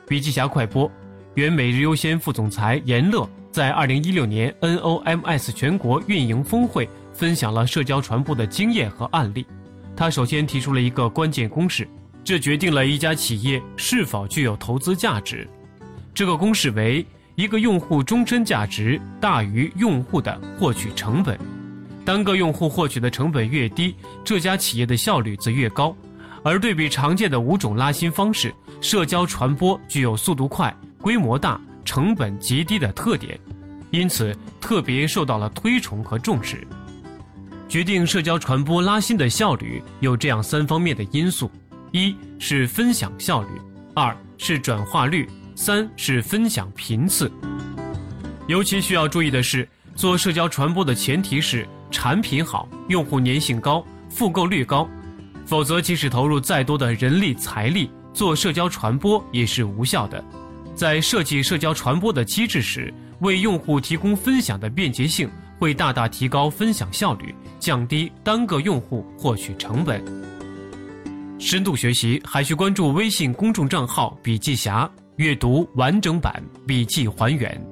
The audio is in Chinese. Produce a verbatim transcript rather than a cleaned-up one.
笔记侠快播，原每日优先副总裁严乐在二零一六年 N O M S 全国运营峰会分享了社交传播的经验和案例。他首先提出了一个关键公式，这决定了一家企业是否具有投资价值。这个公式为一个用户终身价值大于用户的获取成本。单个用户获取的成本越低，这家企业的效率则越高。而对比常见的五种拉新方式，社交传播具有速度快、规模大、成本极低的特点，因此特别受到了推崇和重视。决定社交传播拉新的效率有这样三方面的因素：一是分享效率，二是转化率，三是分享频次。尤其需要注意的是，做社交传播的前提是产品好、用户粘性高、复购率高，否则即使投入再多的人力财力，做社交传播也是无效的。在设计社交传播的机制时，为用户提供分享的便捷性，会大大提高分享效率，降低单个用户获取成本。深度学习还需关注微信公众账号笔记侠，阅读完整版笔记还原。